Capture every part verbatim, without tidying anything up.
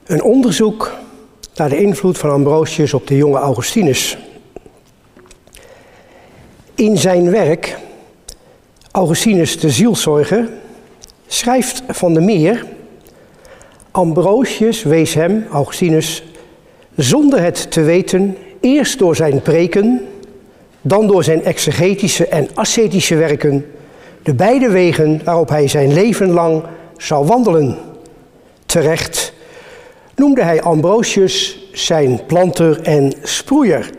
Een onderzoek naar de invloed van Ambrosius op de jonge Augustinus. In zijn werk, Augustinus de zielzorger, schrijft Van der Meer: Ambrosius wees hem, Augustinus, zonder het te weten, eerst door zijn preken, dan door zijn exegetische en ascetische werken, de beide wegen waarop hij zijn leven lang zou wandelen. Terecht noemde hij Ambrosius zijn planter en sproeier.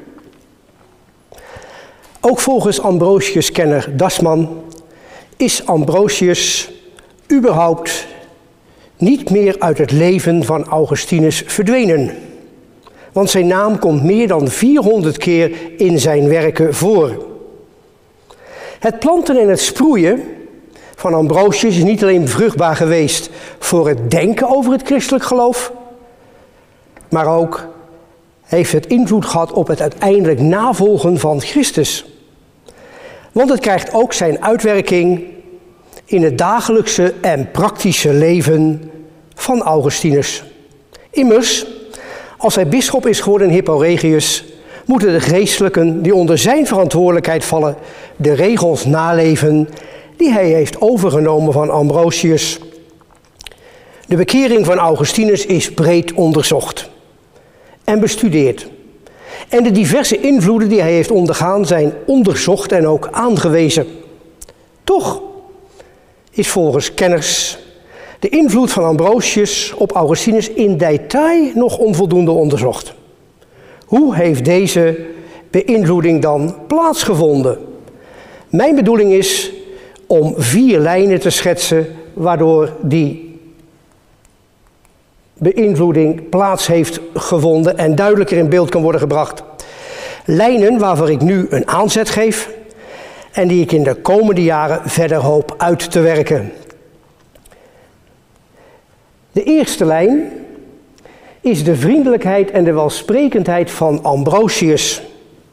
Ook volgens Ambrosius-kenner Dasman is Ambrosius überhaupt niet meer uit het leven van Augustinus verdwenen. Want zijn naam komt meer dan vierhonderd keer in zijn werken voor. Het planten en het sproeien van Ambrosius is niet alleen vruchtbaar geweest voor het denken over het christelijk geloof, maar ook heeft het invloed gehad op het uiteindelijk navolgen van Christus. Want het krijgt ook zijn uitwerking in het dagelijkse en praktische leven van Augustinus. Immers, als hij bisschop is geworden in Hippo Regius, moeten de geestelijken die onder zijn verantwoordelijkheid vallen de regels naleven die hij heeft overgenomen van Ambrosius. De bekering van Augustinus is breed onderzocht en bestudeerd. En de diverse invloeden die hij heeft ondergaan zijn onderzocht en ook aangewezen. Toch is volgens kenners de invloed van Ambrosius op Augustinus in detail nog onvoldoende onderzocht. Hoe heeft deze beïnvloeding dan plaatsgevonden? Mijn bedoeling is om vier lijnen te schetsen waardoor die beïnvloeding plaats heeft gevonden en duidelijker in beeld kan worden gebracht. Lijnen waarvoor ik nu een aanzet geef en die ik in de komende jaren verder hoop uit te werken. De eerste lijn is de vriendelijkheid en de welsprekendheid van Ambrosius.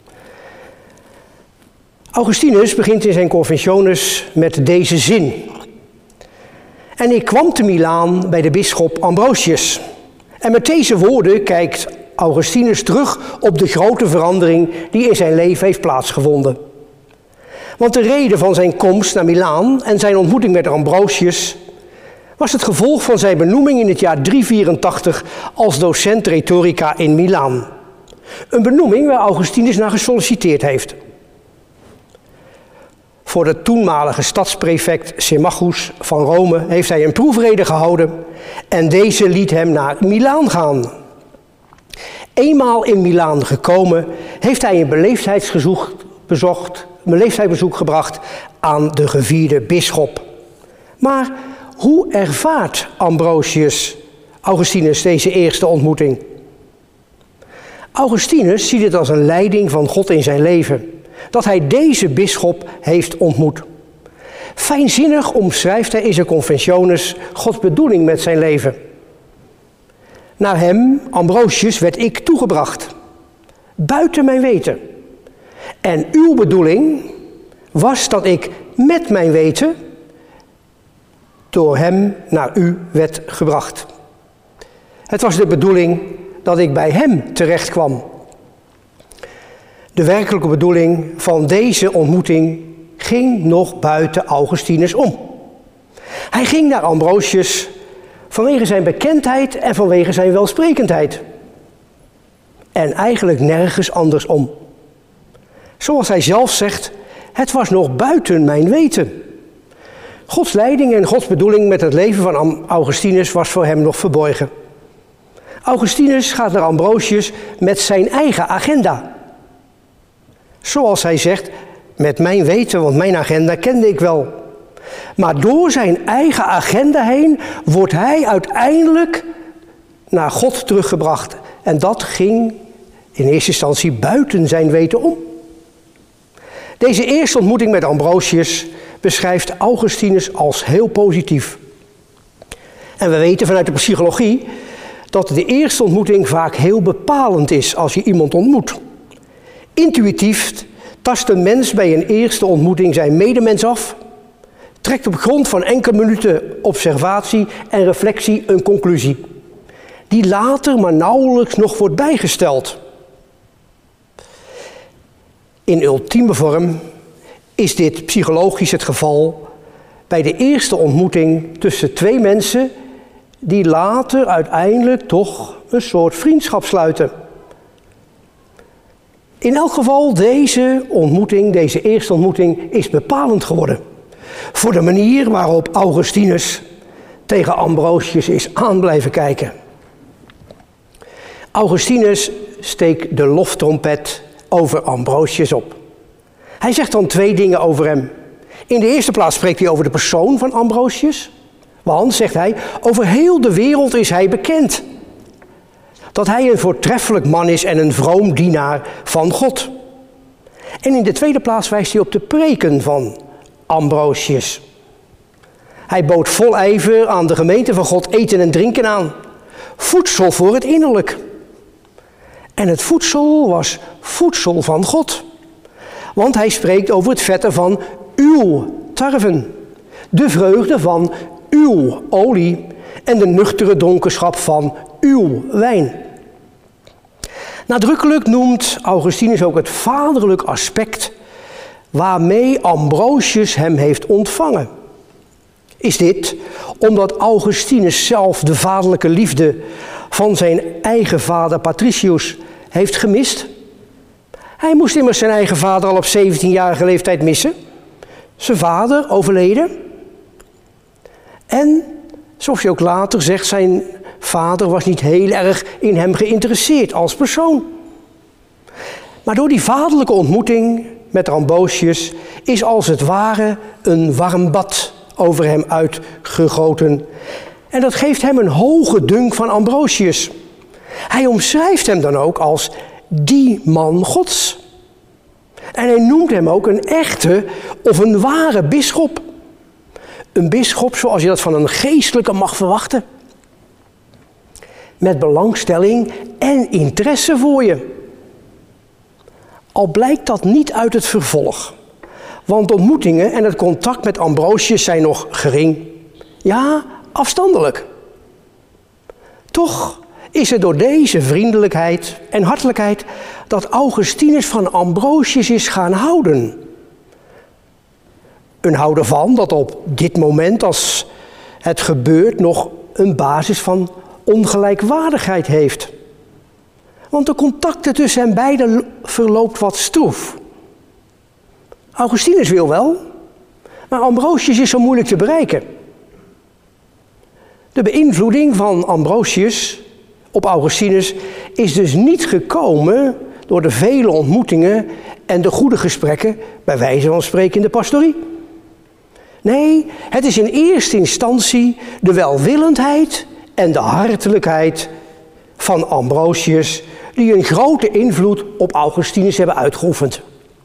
Augustinus begint in zijn Confessiones met deze zin: En ik kwam te Milaan bij de bisschop Ambrosius. En met deze woorden kijkt Augustinus terug op de grote verandering die in zijn leven heeft plaatsgevonden. Want de reden van zijn komst naar Milaan en zijn ontmoeting met Ambrosius was het gevolg van zijn benoeming in het jaar driehonderdvierentachtig als docent retorica in Milaan. Een benoeming waar Augustinus naar gesolliciteerd heeft. Voor de toenmalige stadsprefect Symmachus van Rome heeft hij een proefrede gehouden en deze liet hem naar Milaan gaan. Eenmaal in Milaan gekomen heeft hij een beleefdheidsbezoek, bezocht, een beleefdheidsbezoek gebracht aan de gevierde bisschop. Maar hoe ervaart Ambrosius Augustinus deze eerste ontmoeting? Augustinus ziet het als een leiding van God in zijn leven, dat hij deze bisschop heeft ontmoet. Fijnzinnig omschrijft hij in zijn Confessiones Gods bedoeling met zijn leven. Naar hem, Ambrosius, werd ik toegebracht, buiten mijn weten. En uw bedoeling was dat ik met mijn weten door hem naar u werd gebracht. Het was de bedoeling dat ik bij hem terecht kwam. De werkelijke bedoeling van deze ontmoeting ging nog buiten Augustinus om. Hij ging naar Ambrosius vanwege zijn bekendheid en vanwege zijn welsprekendheid. En eigenlijk nergens andersom. Zoals hij zelf zegt, het was nog buiten mijn weten. Gods leiding en Gods bedoeling met het leven van Augustinus was voor hem nog verborgen. Augustinus gaat naar Ambrosius met zijn eigen agenda. Zoals hij zegt, met mijn weten, want mijn agenda kende ik wel. Maar door zijn eigen agenda heen wordt hij uiteindelijk naar God teruggebracht. En dat ging in eerste instantie buiten zijn weten om. Deze eerste ontmoeting met Ambrosius beschrijft Augustinus als heel positief. En we weten vanuit de psychologie dat de eerste ontmoeting vaak heel bepalend is als je iemand ontmoet. Intuïtief tast een mens bij een eerste ontmoeting zijn medemens af, trekt op grond van enkele minuten observatie en reflectie een conclusie. die later maar nauwelijks nog wordt bijgesteld. In ultieme vorm is dit psychologisch het geval bij de eerste ontmoeting tussen twee mensen die later uiteindelijk toch een soort vriendschap sluiten. In elk geval, deze ontmoeting, deze eerste ontmoeting, is bepalend geworden voor de manier waarop Augustinus tegen Ambrosius is aan blijven kijken. Augustinus steekt de loftrompet over Ambrosius op. Hij zegt dan twee dingen over hem. In de eerste plaats spreekt hij over de persoon van Ambrosius. Want, zegt hij, over heel de wereld is hij bekend. Dat hij een voortreffelijk man is en een vroom dienaar van God. En in de tweede plaats wijst hij op de preken van Ambrosius. Hij bood vol ijver aan de gemeente van God eten en drinken aan. Voedsel voor het innerlijk. En het voedsel was voedsel van God. Want hij spreekt over het vetten van uw tarven. De vreugde van uw olie en de nuchtere dronkenschap van uw wijn. Nadrukkelijk noemt Augustinus ook het vaderlijk aspect waarmee Ambrosius hem heeft ontvangen. Is dit omdat Augustinus zelf de vaderlijke liefde van zijn eigen vader Patricius heeft gemist? Hij moest immers zijn eigen vader al op zeventienjarige leeftijd missen. Zijn vader overleden. En, zoals hij ook later zegt, zijn vader was niet heel erg in hem geïnteresseerd als persoon. Maar door die vaderlijke ontmoeting met Ambrosius is als het ware een warm bad over hem uitgegoten. En dat geeft hem een hoge dunk van Ambrosius. Hij omschrijft hem dan ook als die man Gods. En hij noemt hem ook een echte of een ware bisschop. Een bisschop zoals je dat van een geestelijke mag verwachten. Met belangstelling en interesse voor je. Al blijkt dat niet uit het vervolg. Want ontmoetingen en het contact met Ambrosius zijn nog gering. Ja, afstandelijk. Toch is het door deze vriendelijkheid en hartelijkheid dat Augustinus van Ambrosius is gaan houden. Een houden van dat op dit moment, als het gebeurt, nog een basis van ongelijkwaardigheid heeft. Want de contacten tussen hen beiden verloopt wat stroef. Augustinus wil wel, maar Ambrosius is zo moeilijk te bereiken. De beïnvloeding van Ambrosius op Augustinus is dus niet gekomen door de vele ontmoetingen en de goede gesprekken, bij wijze van spreken in de pastorie. Nee, het is in eerste instantie de welwillendheid en de hartelijkheid van Ambrosius die een grote invloed op Augustinus hebben uitgeoefend.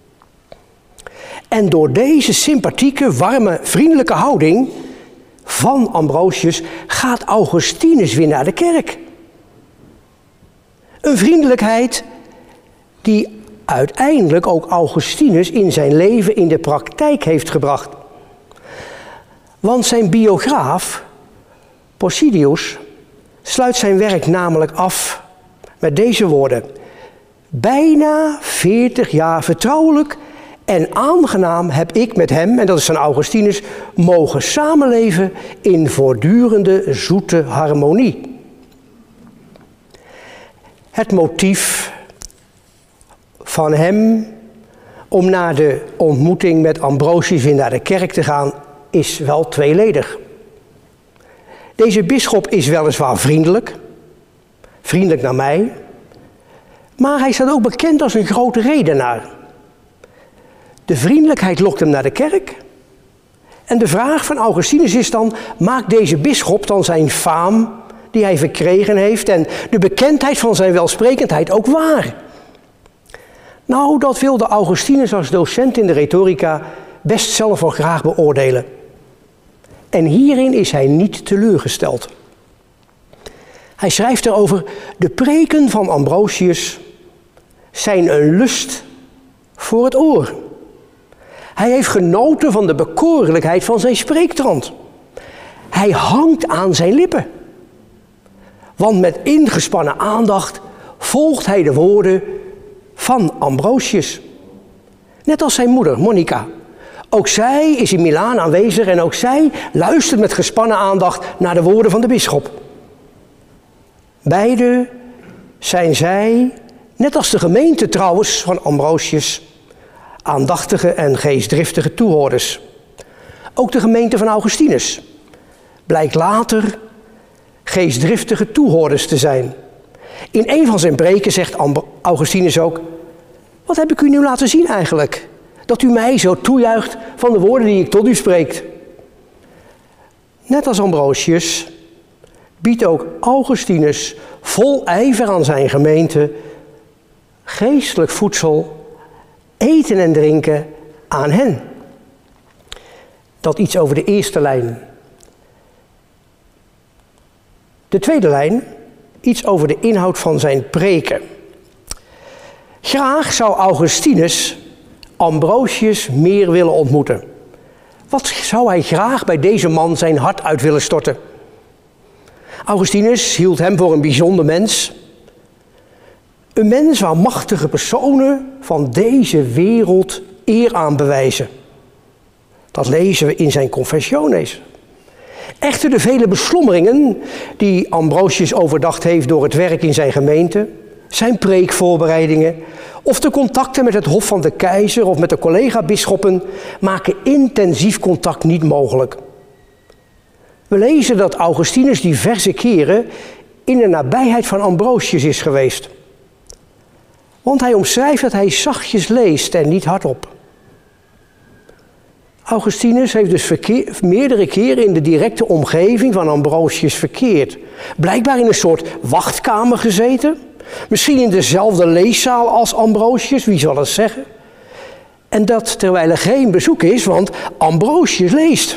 En door deze sympathieke, warme, vriendelijke houding van Ambrosius gaat Augustinus weer naar de kerk. Een vriendelijkheid die uiteindelijk ook Augustinus in zijn leven in de praktijk heeft gebracht. Want zijn biograaf, Posidonius, sluit zijn werk namelijk af met deze woorden. Bijna veertig jaar vertrouwelijk en aangenaam heb ik met hem, en dat is van Augustinus, mogen samenleven in voortdurende zoete harmonie. Het motief van hem om na de ontmoeting met Ambrosius weer naar de kerk te gaan is wel tweeledig. Deze bisschop is weliswaar vriendelijk, vriendelijk naar mij, maar hij staat ook bekend als een grote redenaar. De vriendelijkheid lokt hem naar de kerk. En de vraag van Augustinus is dan, maakt deze bisschop dan zijn faam die hij verkregen heeft en de bekendheid van zijn welsprekendheid ook waar? Nou, dat wilde Augustinus als docent in de retorica best zelf wel graag beoordelen. En hierin is hij niet teleurgesteld. Hij schrijft erover, de preken van Ambrosius zijn een lust voor het oor. Hij heeft genoten van de bekoorlijkheid van zijn spreektrand. Hij hangt aan zijn lippen. want met ingespannen aandacht volgt hij de woorden van Ambrosius. Net als zijn moeder, Monica. Ook zij is in Milaan aanwezig en ook zij luistert met gespannen aandacht naar de woorden van de bisschop. Beide zijn zij, net als de gemeente trouwens van Ambrosius, aandachtige en geestdriftige toehoorders. Ook de gemeente van Augustinus blijkt later geestdriftige toehoorders te zijn. In een van zijn preken zegt Augustinus ook: wat heb ik u nu laten zien eigenlijk? Dat u mij zo toejuicht van de woorden die ik tot u spreek. Net als Ambrosius biedt ook Augustinus vol ijver aan zijn gemeente geestelijk voedsel, eten en drinken aan hen. Dat iets over de eerste lijn. De tweede lijn, iets over de inhoud van zijn preken. Graag zou Augustinus Ambrosius meer willen ontmoeten. Wat zou hij graag bij deze man zijn hart uit willen storten? Augustinus hield hem voor een bijzonder mens. Een mens waar machtige personen van deze wereld eer aan bewijzen. Dat lezen we in zijn Confessiones. Echter de vele beslommeringen die Ambrosius overdacht heeft door het werk in zijn gemeente, zijn preekvoorbereidingen of de contacten met het hof van de keizer of met de collega-bisschoppen maken intensief contact niet mogelijk. We lezen dat Augustinus diverse keren in de nabijheid van Ambrosius is geweest. Want hij omschrijft dat hij zachtjes leest en niet hardop. Augustinus heeft dus verkeer, meerdere keren in de directe omgeving van Ambrosius verkeerd. Blijkbaar in een soort wachtkamer gezeten. Misschien in dezelfde leeszaal als Ambrosius, wie zal het zeggen? En dat terwijl er geen bezoek is, want Ambrosius leest.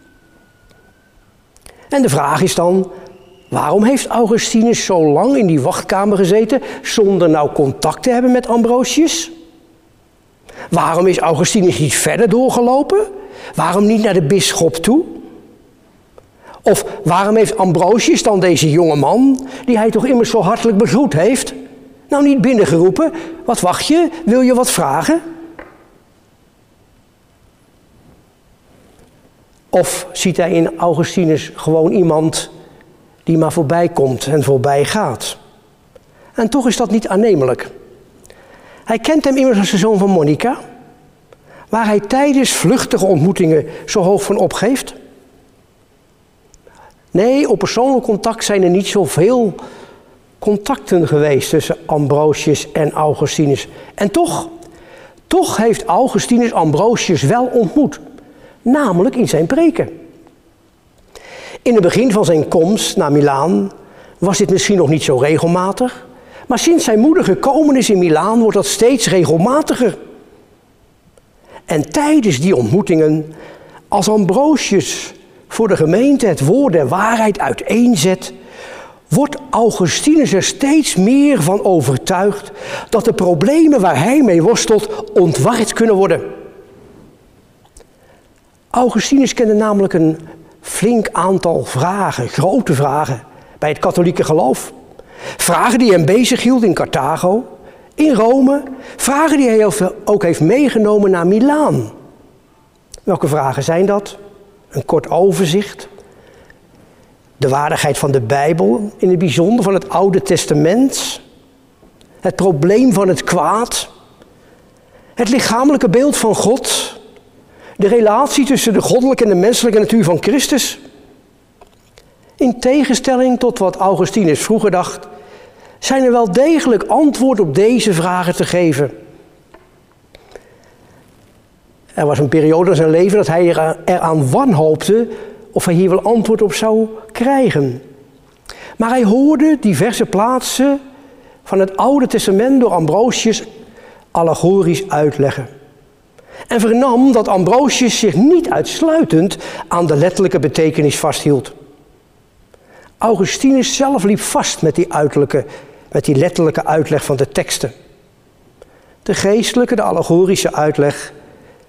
En de vraag is dan, waarom heeft Augustinus zo lang in die wachtkamer gezeten zonder nou contact te hebben met Ambrosius? Waarom is Augustinus niet verder doorgelopen? Waarom niet naar de bisschop toe? Of waarom heeft Ambrosius dan deze jonge man, die hij toch immers zo hartelijk begroet heeft, nou niet binnengeroepen? Wat wacht je? Wil je wat vragen? Of ziet hij in Augustinus gewoon iemand die maar voorbij komt en voorbij gaat? En toch is dat niet aannemelijk. Hij kent hem immers als de zoon van Monica, waar hij tijdens vluchtige ontmoetingen zo hoog van opgeeft. Nee, op persoonlijk contact zijn er niet zoveel contacten geweest tussen Ambrosius en Augustinus. En toch, toch heeft Augustinus Ambrosius wel ontmoet, namelijk in zijn preken. In het begin van zijn komst naar Milaan was dit misschien nog niet zo regelmatig, maar sinds zijn moeder gekomen is in Milaan wordt dat steeds regelmatiger. En tijdens die ontmoetingen, als Ambrosius voor de gemeente het woord der waarheid uiteenzet, wordt Augustinus er steeds meer van overtuigd dat de problemen waar hij mee worstelt ontward kunnen worden. Augustinus kende namelijk een flink aantal vragen, grote vragen, bij het katholieke geloof. Vragen die hem bezighield in Carthago, in Rome, vragen die hij ook heeft meegenomen naar Milaan. Welke vragen zijn dat? Een kort overzicht. De waardigheid van de Bijbel, in het bijzonder van het Oude Testament. Het probleem van het kwaad. Het lichamelijke beeld van God. De relatie tussen de goddelijke en de menselijke natuur van Christus. In tegenstelling tot wat Augustinus vroeger dacht, zijn er wel degelijk antwoord op deze vragen te geven. Er was een periode in zijn leven dat hij eraan wanhoopte of hij hier wel antwoord op zou krijgen. Maar hij hoorde diverse plaatsen van het Oude Testament door Ambrosius allegorisch uitleggen. En vernam dat Ambrosius zich niet uitsluitend aan de letterlijke betekenis vasthield. Augustinus zelf liep vast met die, uiterlijke, met die letterlijke uitleg van de teksten. De geestelijke, de allegorische uitleg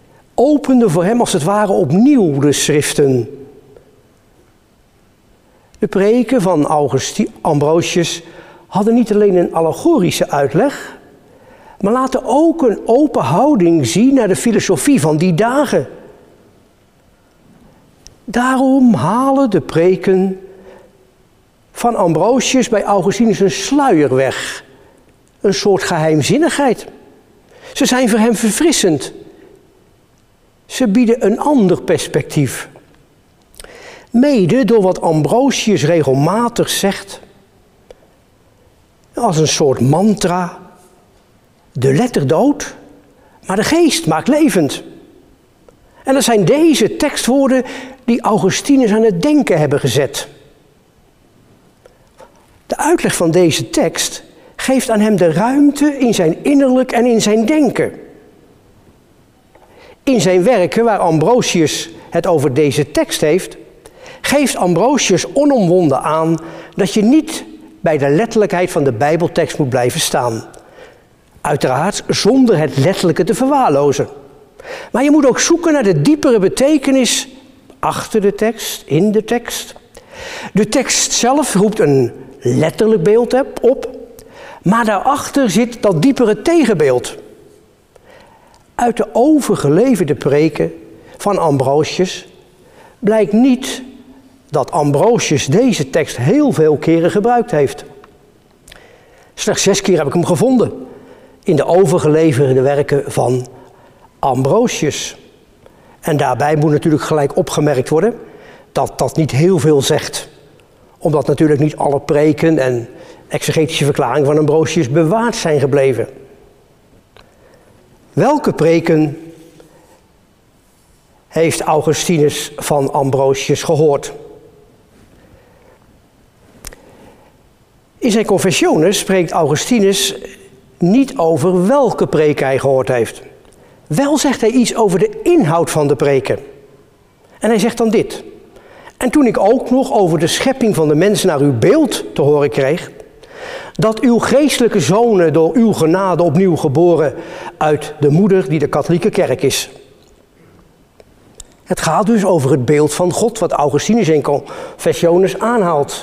opende voor hem als het ware opnieuw de schriften. De preken van Augustin, Ambrosius hadden niet alleen een allegorische uitleg, maar laten ook een open houding zien naar de filosofie van die dagen. Daarom halen de preken van Ambrosius bij Augustinus een sluier weg, een soort geheimzinnigheid. Ze zijn voor hem verfrissend. Ze bieden een ander perspectief. Mede door wat Ambrosius regelmatig zegt, als een soort mantra: de letter doodt, maar de geest maakt levend. En dat zijn deze tekstwoorden die Augustinus aan het denken hebben gezet. De uitleg van deze tekst geeft aan hem de ruimte in zijn innerlijk en in zijn denken. In zijn werken, waar Ambrosius het over deze tekst heeft, geeft Ambrosius onomwonden aan dat je niet bij de letterlijkheid van de Bijbeltekst moet blijven staan. Uiteraard zonder het letterlijke te verwaarlozen. Maar je moet ook zoeken naar de diepere betekenis achter de tekst, in de tekst. De tekst zelf roept een letterlijk beeld op, maar daarachter zit dat diepere tegenbeeld. Uit de overgeleverde preken van Ambrosius blijkt niet dat Ambrosius deze tekst heel veel keren gebruikt heeft. Slechts zes keer heb ik hem gevonden in de overgeleverde werken van Ambrosius. En daarbij moet natuurlijk gelijk opgemerkt worden dat dat niet heel veel zegt, omdat natuurlijk niet alle preken en exegetische verklaringen van Ambrosius bewaard zijn gebleven. Welke preken heeft Augustinus van Ambrosius gehoord? In zijn Confessiones spreekt Augustinus niet over welke preek hij gehoord heeft. Wel zegt hij iets over de inhoud van de preken. En hij zegt dan dit: en toen ik ook nog over de schepping van de mens naar uw beeld te horen kreeg, dat uw geestelijke zonen door uw genade opnieuw geboren uit de moeder die de katholieke kerk is. Het gaat dus over het beeld van God wat Augustinus in Confessiones aanhaalt.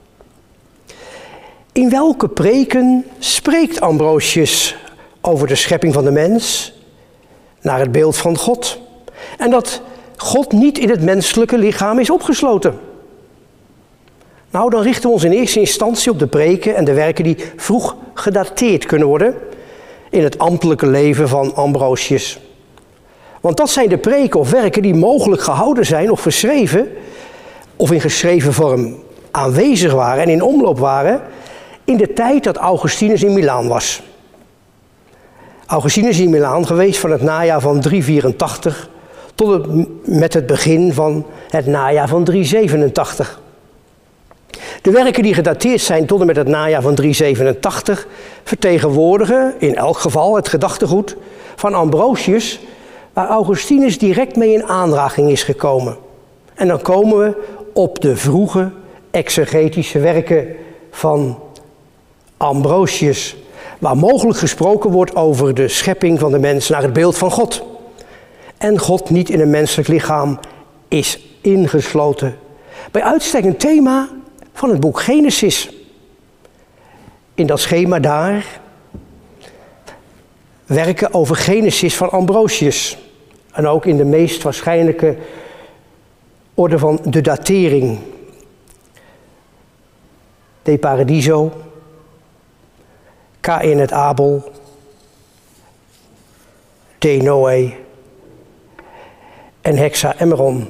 In welke preken spreekt Ambrosius over de schepping van de mens naar het beeld van God? En dat God niet in het menselijke lichaam is opgesloten. Nou, dan richten we ons in eerste instantie op de preken en de werken die vroeg gedateerd kunnen worden in het ambtelijke leven van Ambrosius. Want dat zijn de preken of werken die mogelijk gehouden zijn of geschreven, of in geschreven vorm aanwezig waren en in omloop waren in de tijd dat Augustinus in Milaan was. Augustinus is in Milaan geweest van het najaar van driehonderdvierentachtig tot het, met het begin van het najaar van driehonderdzevenentachtig. De werken die gedateerd zijn tot en met het najaar van driehonderdzevenentachtig vertegenwoordigen in elk geval het gedachtegoed van Ambrosius, waar Augustinus direct mee in aanraking is gekomen. En dan komen we op de vroege exegetische werken van Ambrosius, waar mogelijk gesproken wordt over de schepping van de mens naar het beeld van God. En God niet in een menselijk lichaam is ingesloten. Bij uitstek een thema van het boek Genesis. In dat schema daar werken over Genesis van Ambrosius. En ook in de meest waarschijnlijke orde van de datering. De Paradiso, Kaïn et Abel, De Noé en Hexaëmeron.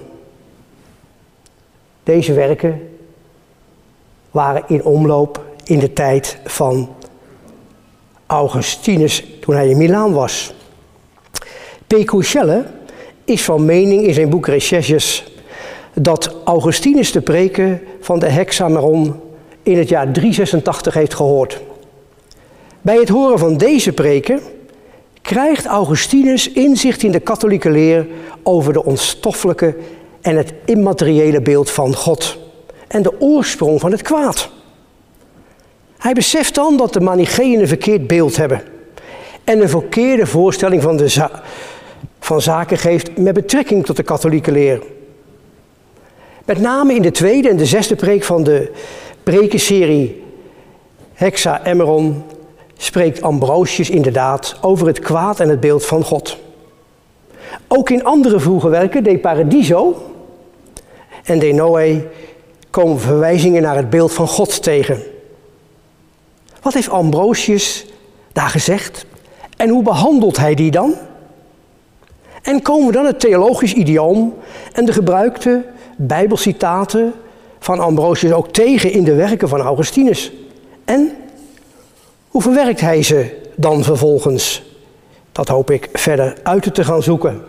Deze werken waren in omloop in de tijd van Augustinus toen hij in Milaan was. Pecucelle is van mening in zijn boek Recherches dat Augustinus de preken van de Hexaëmeron in het jaar driehonderdzesentachtig heeft gehoord. Bij het horen van deze preken krijgt Augustinus inzicht in de katholieke leer over de onstoffelijke en het immateriële beeld van God en de oorsprong van het kwaad. Hij beseft dan dat de Manicheeën een verkeerd beeld hebben en een verkeerde voorstelling van, de za- van zaken geeft met betrekking tot de katholieke leer. Met name in de tweede en de zesde preek van de prekenserie Hexaëmeron spreekt Ambrosius inderdaad over het kwaad en het beeld van God. Ook in andere vroege werken, De Paradiso en De Noe, komen verwijzingen naar het beeld van God tegen. Wat heeft Ambrosius daar gezegd en hoe behandelt hij die dan? En komen we dan het theologisch idioom en de gebruikte bijbelcitaten van Ambrosius ook tegen in de werken van Augustinus? En hoe verwerkt hij ze dan vervolgens? Dat hoop ik verder uit te gaan zoeken.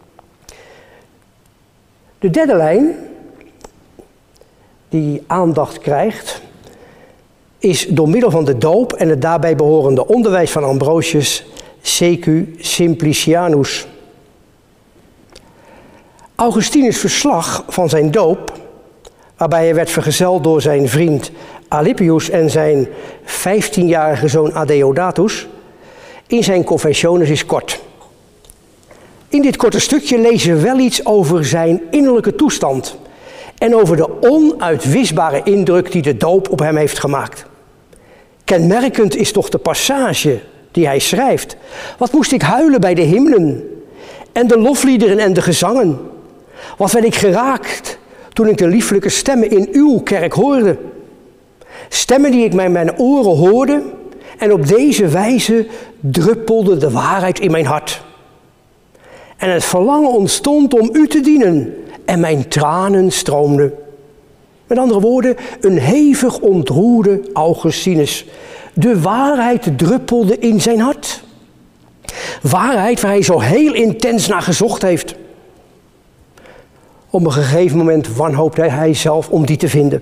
De derde lijn die aandacht krijgt, is door middel van de doop en het daarbij behorende onderwijs van Ambrosius Secu Simplicianus. Augustinus' verslag van zijn doop, waarbij hij werd vergezeld door zijn vriend Alypius en zijn vijftienjarige zoon Adeodatus, in zijn Confessiones is kort. In dit korte stukje lezen we wel iets over zijn innerlijke toestand en over de onuitwisbare indruk die de doop op hem heeft gemaakt. Kenmerkend is toch de passage die hij schrijft. Wat moest ik huilen bij de hymnen en de lofliederen en de gezangen? Wat werd ik geraakt toen ik de lieflijke stemmen in uw kerk hoorde? Stemmen die ik met mijn oren hoorde en op deze wijze druppelde de waarheid in mijn hart. En het verlangen ontstond om u te dienen en mijn tranen stroomden. Met andere woorden, een hevig ontroerde Augustinus. De waarheid druppelde in zijn hart. Waarheid waar hij zo heel intens naar gezocht heeft. Op een gegeven moment wanhoopte hij zelf om die te vinden.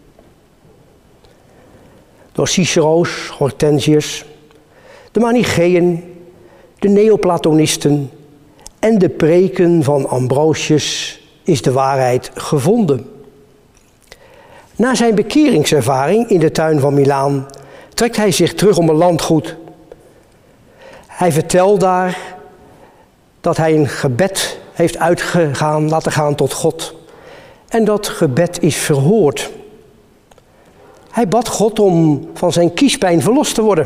Door Cicero's, Hortensius, de Manicheeën, de Neoplatonisten en de preken van Ambrosius is de waarheid gevonden. Na zijn bekeringservaring in de tuin van Milaan trekt hij zich terug om een landgoed. Hij vertelt daar dat hij een gebed heeft uitgegaan, laten gaan tot God. En dat gebed is verhoord. Hij bad God om van zijn kiespijn verlost te worden.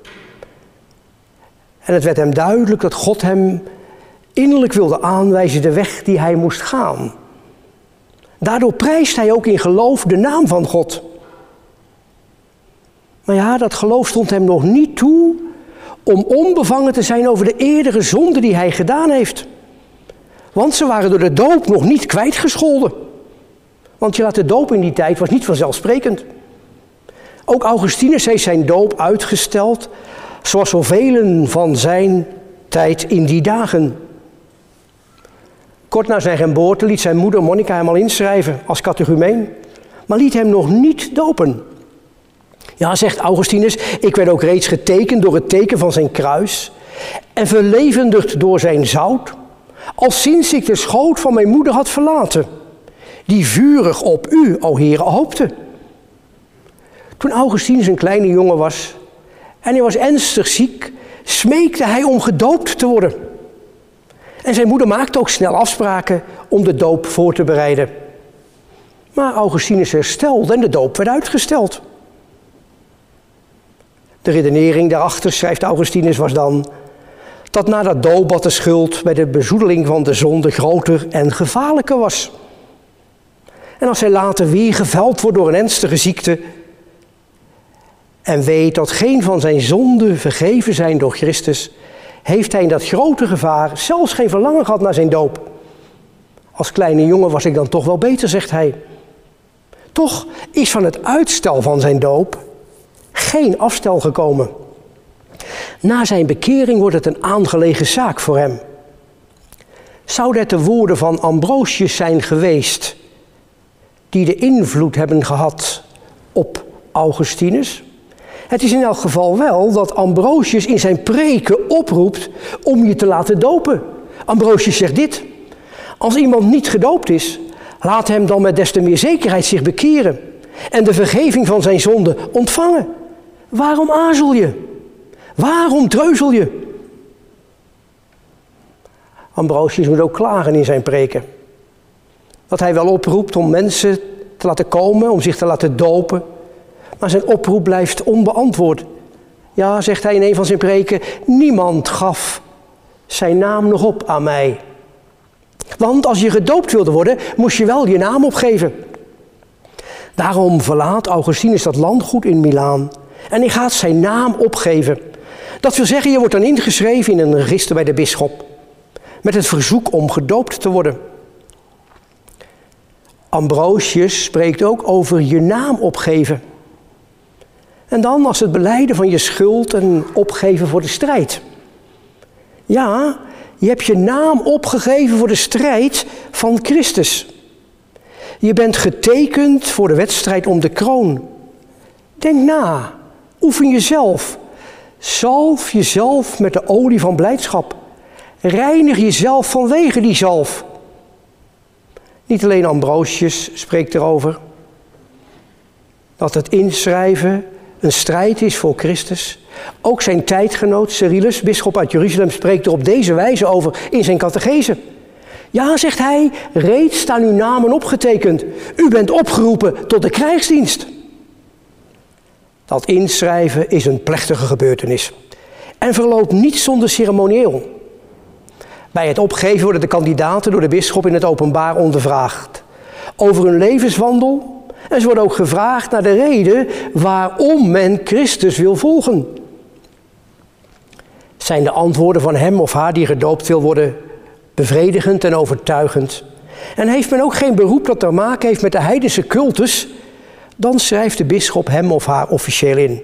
En het werd hem duidelijk dat God hem innerlijk wilde aanwijzen de weg die hij moest gaan. Daardoor prijst hij ook in geloof de naam van God. Maar ja, dat geloof stond hem nog niet toe om onbevangen te zijn over de eerdere zonden die hij gedaan heeft. Want ze waren door de doop nog niet kwijtgescholden. Want je laat de doop in die tijd was niet vanzelfsprekend. Ook Augustinus heeft zijn doop uitgesteld, zoals zoveel van zijn tijd in die dagen. Kort na zijn geboorte liet zijn moeder Monica hem al inschrijven als catechumeen, maar liet hem nog niet dopen. Ja, zegt Augustinus, ik werd ook reeds getekend door het teken van zijn kruis en verlevendigd door zijn zout, al sinds ik de schoot van mijn moeder had verlaten, die vurig op u, o Heere, hoopte. Toen Augustinus een kleine jongen was en hij was ernstig ziek, smeekte hij om gedoopt te worden. En zijn moeder maakte ook snel afspraken om de doop voor te bereiden. Maar Augustinus herstelde en de doop werd uitgesteld. De redenering daarachter, schrijft Augustinus, was dan dat na dat doopbad de schuld bij de bezoedeling van de zonde groter en gevaarlijker was. En als hij later weer geveld wordt door een ernstige ziekte en weet dat geen van zijn zonden vergeven zijn door Christus, heeft hij in dat grote gevaar zelfs geen verlangen gehad naar zijn doop. Als kleine jongen was ik dan toch wel beter, zegt hij. Toch is van het uitstel van zijn doop geen afstel gekomen. Na zijn bekering wordt het een aangelegen zaak voor hem. Zouden het de woorden van Ambrosius zijn geweest die de invloed hebben gehad op Augustinus? Het is in elk geval wel dat Ambrosius in zijn preken oproept om je te laten dopen. Ambrosius zegt dit: als iemand niet gedoopt is, laat hem dan met des te meer zekerheid zich bekeren en de vergeving van zijn zonde ontvangen. Waarom aarzel je? Waarom treuzel je? Ambrosius moet ook klagen in zijn preken. Dat hij wel oproept om mensen te laten komen, om zich te laten dopen. Maar zijn oproep blijft onbeantwoord. Ja, zegt hij in een van zijn preken, niemand gaf zijn naam nog op aan mij. Want als je gedoopt wilde worden, moest je wel je naam opgeven. Daarom verlaat Augustinus dat landgoed in Milaan en hij gaat zijn naam opgeven. Dat wil zeggen, je wordt dan ingeschreven in een register bij de bisschop, met het verzoek om gedoopt te worden. Ambrosius spreekt ook over je naam opgeven. En dan als het belijden van je schuld en opgeven voor de strijd. Ja, je hebt je naam opgegeven voor de strijd van Christus. Je bent getekend voor de wedstrijd om de kroon. Denk na, oefen jezelf. Zalf jezelf met de olie van blijdschap. Reinig jezelf vanwege die zalf. Niet alleen Ambrosius spreekt erover. Dat het inschrijven een strijd is voor Christus. Ook zijn tijdgenoot Cyrillus, bisschop uit Jeruzalem, spreekt er op deze wijze over in zijn catechese. Ja, zegt hij, reeds staan uw namen opgetekend. U bent opgeroepen tot de krijgsdienst. Dat inschrijven is een plechtige gebeurtenis en verloopt niet zonder ceremonieel. Bij het opgeven worden de kandidaten door de bisschop in het openbaar ondervraagd over hun levenswandel. En ze worden ook gevraagd naar de reden waarom men Christus wil volgen. Zijn de antwoorden van hem of haar die gedoopt wil worden bevredigend en overtuigend? En heeft men ook geen beroep dat te maken heeft met de heidense cultus, dan schrijft de bisschop hem of haar officieel in.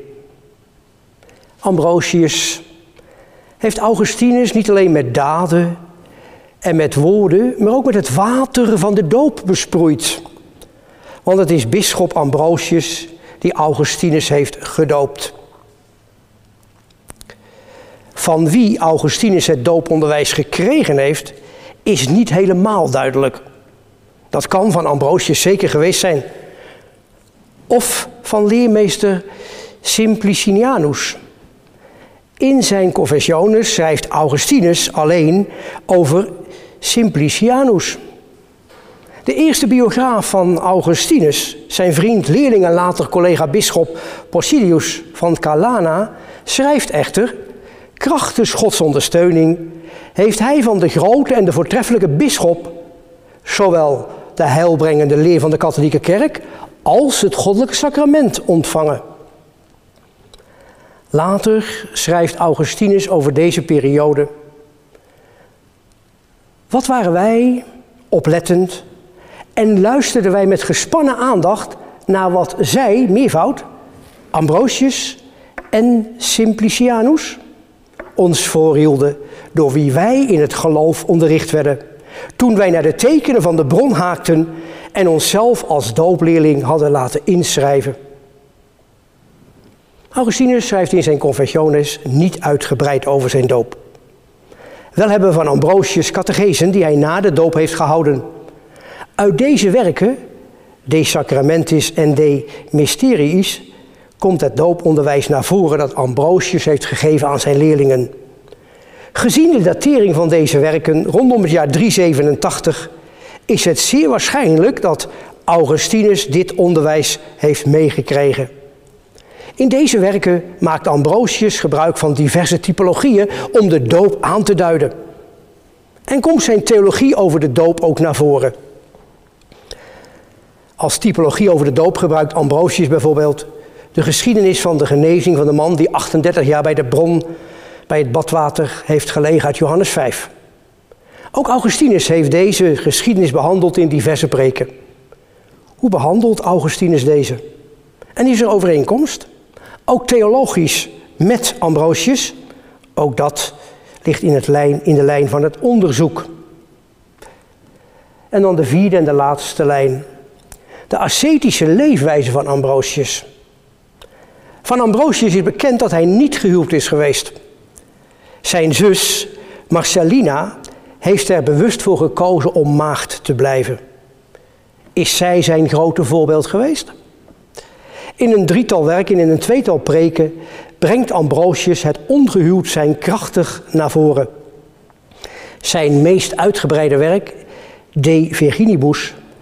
Ambrosius heeft Augustinus niet alleen met daden en met woorden, maar ook met het water van de doop besproeid. Want het is bisschop Ambrosius die Augustinus heeft gedoopt. Van wie Augustinus het dooponderwijs gekregen heeft, is niet helemaal duidelijk. Dat kan van Ambrosius zeker geweest zijn. Of van leermeester Simplicianus. In zijn Confessiones schrijft Augustinus alleen over Simplicianus. De eerste biograaf van Augustinus, zijn vriend, leerling en later collega-bisschop Posilius van Calana, schrijft echter: krachtens Gods ondersteuning heeft hij van de grote en de voortreffelijke bisschop zowel de heilbrengende leer van de katholieke kerk als het goddelijke sacrament ontvangen. Later schrijft Augustinus over deze periode: wat waren wij oplettend en luisterden wij met gespannen aandacht naar wat zij, meervoud, Ambrosius en Simplicianus, ons voorhielden, door wie wij in het geloof onderricht werden, toen wij naar de tekenen van de bron haakten en onszelf als doopleerling hadden laten inschrijven. Augustinus schrijft in zijn Confessiones niet uitgebreid over zijn doop. Wel hebben we van Ambrosius catechesen die hij na de doop heeft gehouden. Uit deze werken, De Sacramentis en De Mysteriis, komt het dooponderwijs naar voren dat Ambrosius heeft gegeven aan zijn leerlingen. Gezien de datering van deze werken rondom het jaar driehonderdzevenentachtig is het zeer waarschijnlijk dat Augustinus dit onderwijs heeft meegekregen. In deze werken maakt Ambrosius gebruik van diverse typologieën om de doop aan te duiden. En komt zijn theologie over de doop ook naar voren. Als typologie over de doop gebruikt Ambrosius bijvoorbeeld de geschiedenis van de genezing van de man die achtendertig jaar bij de bron, bij het badwater heeft gelegen uit Johannes vijf. Ook Augustinus heeft deze geschiedenis behandeld in diverse preken. Hoe behandelt Augustinus deze? En is er overeenkomst? Ook theologisch met Ambrosius, ook dat ligt in, het lijn, in de lijn van het onderzoek. En dan de vierde en de laatste lijn. De ascetische leefwijze van Ambrosius. Van Ambrosius is bekend dat hij niet gehuwd is geweest. Zijn zus Marcellina heeft er bewust voor gekozen om maagd te blijven. Is zij zijn grote voorbeeld geweest? In een drietal werken en in een tweetal preken brengt Ambrosius het ongehuwd zijn krachtig naar voren. Zijn meest uitgebreide werk, De Virginibus,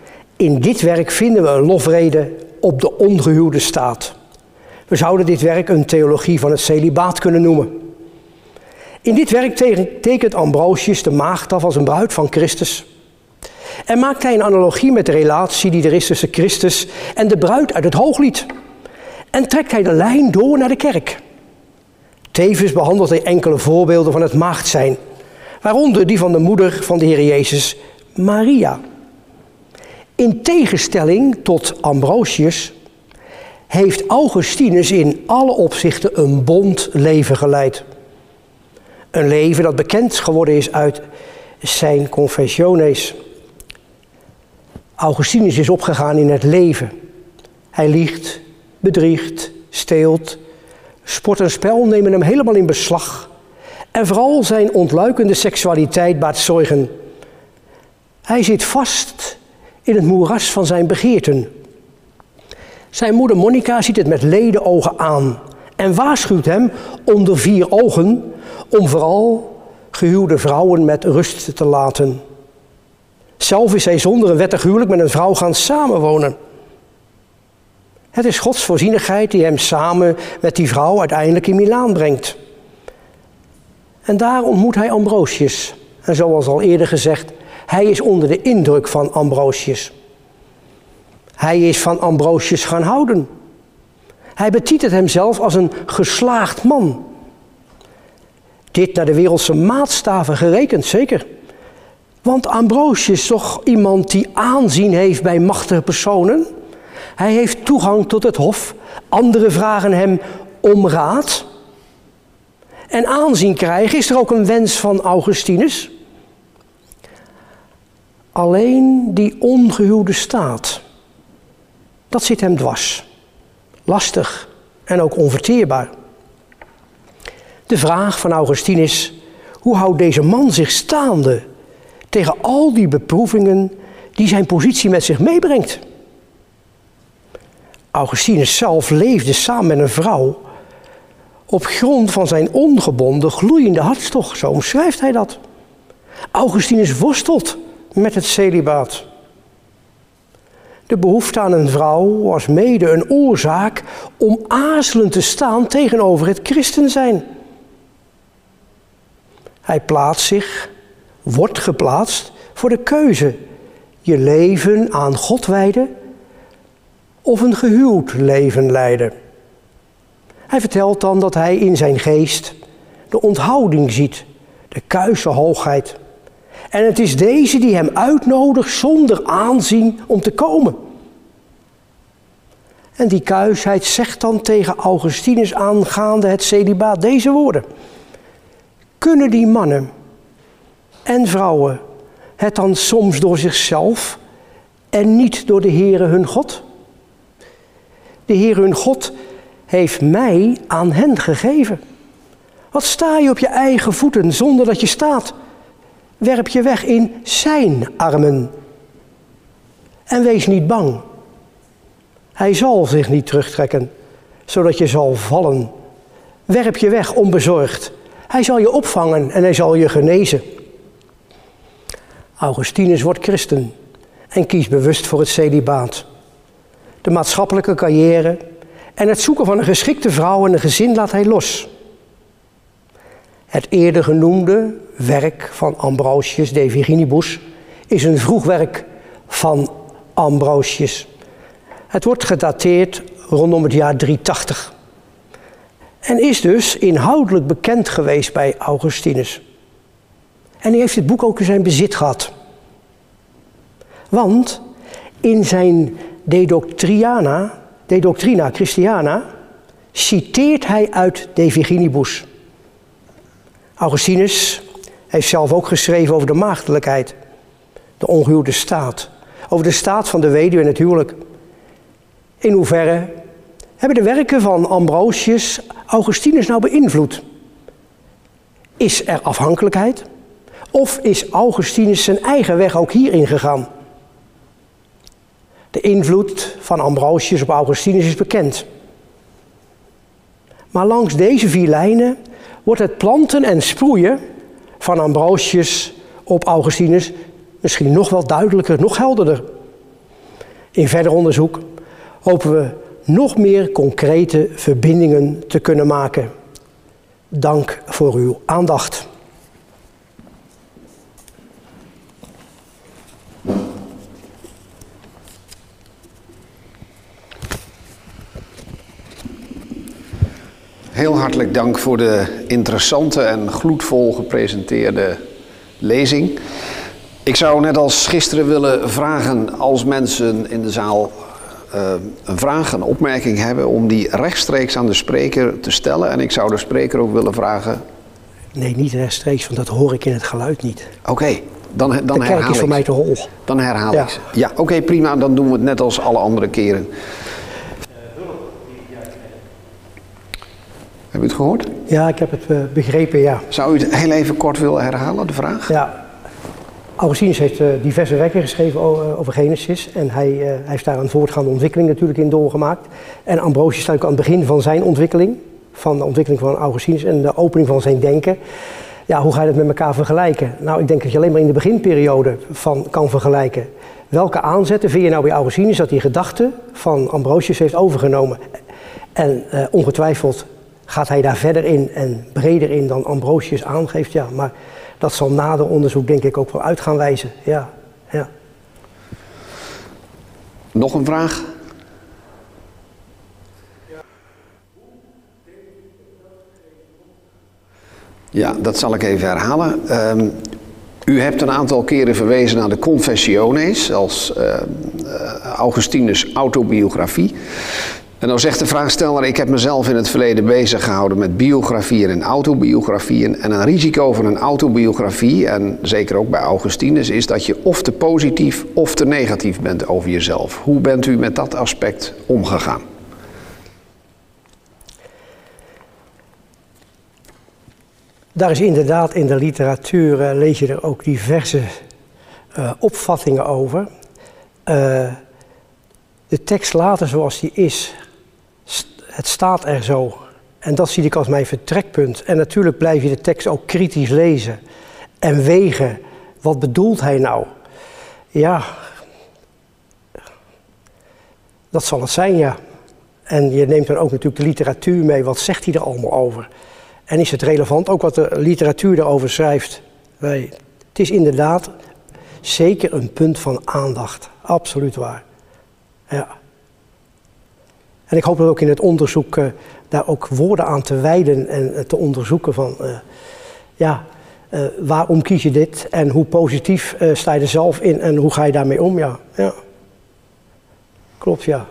In dit werk vinden we een lofrede op de ongehuwde staat. We zouden dit werk een theologie van het celibaat kunnen noemen. In dit werk tekent Ambrosius de maagd af als een bruid van Christus. En maakt hij een analogie met de relatie die er is tussen Christus en de bruid uit het Hooglied. En trekt hij de lijn door naar de kerk. Tevens behandelt hij enkele voorbeelden van het maagd zijn, waaronder die van de moeder van de Heer Jezus, Maria. In tegenstelling tot Ambrosius heeft Augustinus in alle opzichten een bond leven geleid. Een leven dat bekend geworden is uit zijn Confessiones. Augustinus is opgegaan in het leven. Hij liegt, bedriegt, steelt. Sport en spel nemen hem helemaal in beslag. En vooral zijn ontluikende seksualiteit baart zorgen. Hij zit vast in het moeras van zijn begeerten. Zijn moeder Monica ziet het met ledenogen aan en waarschuwt hem onder vier ogen om vooral gehuwde vrouwen met rust te laten. Zelf is hij zonder een wettig huwelijk met een vrouw gaan samenwonen. Het is Gods voorzienigheid die hem samen met die vrouw uiteindelijk in Milaan brengt. En daar ontmoet hij Ambrosius. En zoals al eerder gezegd, hij is onder de indruk van Ambrosius. Hij is van Ambrosius gaan houden. Hij betitelt hem zelf als een geslaagd man. Dit naar de wereldse maatstaven gerekend, zeker. Want Ambrosius is toch iemand die aanzien heeft bij machtige personen. Hij heeft toegang tot het hof. Anderen vragen hem om raad. En aanzien krijgen is er ook een wens van Augustinus. Alleen die ongehuwde staat, dat zit hem dwars. Lastig en ook onverteerbaar. De vraag van Augustinus, hoe houdt deze man zich staande tegen al die beproevingen die zijn positie met zich meebrengt? Augustinus zelf leefde samen met een vrouw op grond van zijn ongebonden, gloeiende hartstocht. Zo omschrijft hij dat. Augustinus worstelt met het celibaat. De behoefte aan een vrouw was mede een oorzaak om aarzelend te staan tegenover het christen zijn. Hij plaatst zich, wordt geplaatst voor de keuze. Je leven aan God wijden of een gehuwd leven leiden. Hij vertelt dan dat hij in zijn geest de onthouding ziet, de kuise hoogheid. En het is deze die hem uitnodigt zonder aanzien om te komen. En die kuisheid zegt dan tegen Augustinus aangaande het celibaat deze woorden. Kunnen die mannen en vrouwen het dan soms door zichzelf en niet door de Heere hun God? De Heere hun God heeft mij aan hen gegeven. Wat sta je op je eigen voeten zonder dat je staat? Werp je weg in zijn armen. En wees niet bang. Hij zal zich niet terugtrekken, zodat je zal vallen. Werp je weg onbezorgd. Hij zal je opvangen en hij zal je genezen. Augustinus wordt christen en kiest bewust voor het celibaat. De maatschappelijke carrière en het zoeken van een geschikte vrouw en een gezin laat hij los. Het eerder genoemde werk van Ambrosius de Virginibus is een vroeg werk van Ambrosius. Het wordt gedateerd rondom het jaar driehonderdtachtig. En is dus inhoudelijk bekend geweest bij Augustinus. En hij heeft dit boek ook in zijn bezit gehad. Want in zijn De Doctrina, De Doctrina Christiana citeert hij uit De Virginibus. Augustinus heeft zelf ook geschreven over de maagdelijkheid, de ongehuwde staat, over de staat van de weduwe in het huwelijk. In hoeverre hebben de werken van Ambrosius Augustinus nou beïnvloed? Is er afhankelijkheid? Of is Augustinus zijn eigen weg ook hierin gegaan? De invloed van Ambrosius op Augustinus is bekend. Maar langs deze vier lijnen wordt het planten en sproeien van Ambrosius op Augustinus misschien nog wel duidelijker, nog helderder. In verder onderzoek hopen we nog meer concrete verbindingen te kunnen maken. Dank voor uw aandacht. Heel hartelijk dank voor de interessante en gloedvol gepresenteerde lezing. Ik zou net als gisteren willen vragen, als mensen in de zaal uh, een vraag, een opmerking hebben, om die rechtstreeks aan de spreker te stellen. En ik zou de spreker ook willen vragen... Nee, niet rechtstreeks, want dat hoor ik in het geluid niet. Oké, okay, dan, dan herhaal ik. De kerk is voor mij te hol. Dan herhaal ja. ik. Ja, oké, okay, prima. Dan doen we het net als alle andere keren. Heb u het gehoord? Ja, ik heb het uh, begrepen, ja. Zou u het heel even kort willen herhalen, de vraag? Ja. Augustinus heeft uh, diverse werken geschreven over, over Genesis. En hij, uh, hij heeft daar een voortgaande ontwikkeling natuurlijk in doorgemaakt. En Ambrosius staat ook aan het begin van zijn ontwikkeling. Van de ontwikkeling van Augustinus en de opening van zijn denken. Ja, hoe ga je dat met elkaar vergelijken? Nou, ik denk dat je alleen maar in de beginperiode van kan vergelijken. Welke aanzetten vind je nou bij Augustinus dat hij gedachten van Ambrosius heeft overgenomen? En uh, ongetwijfeld gaat hij daar verder in en breder in dan Ambrosius aangeeft, ja. Maar dat zal nader onderzoek denk ik ook wel uit gaan wijzen, ja. ja. Nog een vraag? Ja, dat zal ik even herhalen. Um, u hebt een aantal keren verwezen naar de Confessiones als uh, Augustinus' autobiografie. En dan zegt de vraagsteller, ik heb mezelf in het verleden bezig gehouden met biografieën en autobiografieën. En een risico van een autobiografie, en zeker ook bij Augustinus, is dat je of te positief of te negatief bent over jezelf. Hoe bent u met dat aspect omgegaan? Daar is inderdaad in de literatuur, uh, lees je er ook diverse uh, opvattingen over. Uh, de tekst later zoals die is, het staat er zo. En dat zie ik als mijn vertrekpunt. En natuurlijk blijf je de tekst ook kritisch lezen en wegen. Wat bedoelt hij nou? Ja, dat zal het zijn, ja. En je neemt dan ook natuurlijk de literatuur mee. Wat zegt hij er allemaal over? En is het relevant, ook wat de literatuur erover schrijft? Nee, het is inderdaad zeker een punt van aandacht. Absoluut waar. Ja. En ik hoop dat ook in het onderzoek uh, daar ook woorden aan te wijden en uh, te onderzoeken van... Uh, ja, uh, waarom kies je dit en hoe positief uh, sta je er zelf in en hoe ga je daarmee om? Ja, ja. Klopt, ja.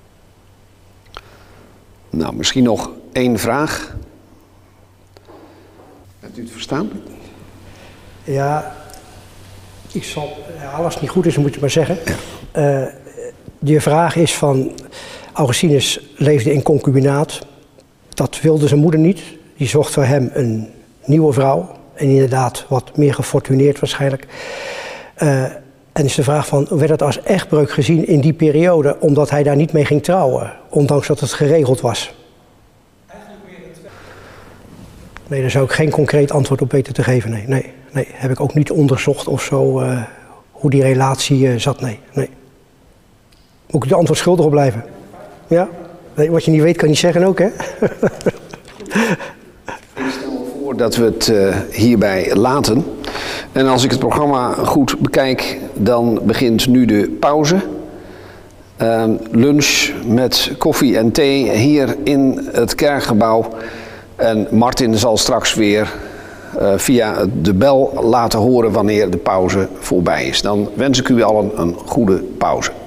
Nou, misschien nog één vraag. Hebt u het verstaan? Ja, ik zal, ja, als het niet goed is, moet je maar zeggen. Ja. Uh, de vraag is van, Augustinus leefde in concubinaat. Dat wilde zijn moeder niet. Die zocht voor hem een nieuwe vrouw. En inderdaad wat meer gefortuneerd waarschijnlijk. Uh, en is de vraag van, werd dat als echtbreuk gezien in die periode, omdat hij daar niet mee ging trouwen, ondanks dat het geregeld was? Nee, daar zou ik geen concreet antwoord op weten te geven. Nee, nee, nee. Heb ik ook niet onderzocht of zo, uh, hoe die relatie uh, zat. Nee, nee. Moet ik de antwoord schuldig op blijven? Ja? Nee, wat je niet weet kan je niet zeggen ook, hè? Ik stel voor dat we het uh, hierbij laten. En als ik het programma goed bekijk, dan begint nu de pauze. Uh, lunch met koffie en thee hier in het kerkgebouw. En Martin zal straks weer uh, via de bel laten horen wanneer de pauze voorbij is. Dan wens ik u allen een goede pauze.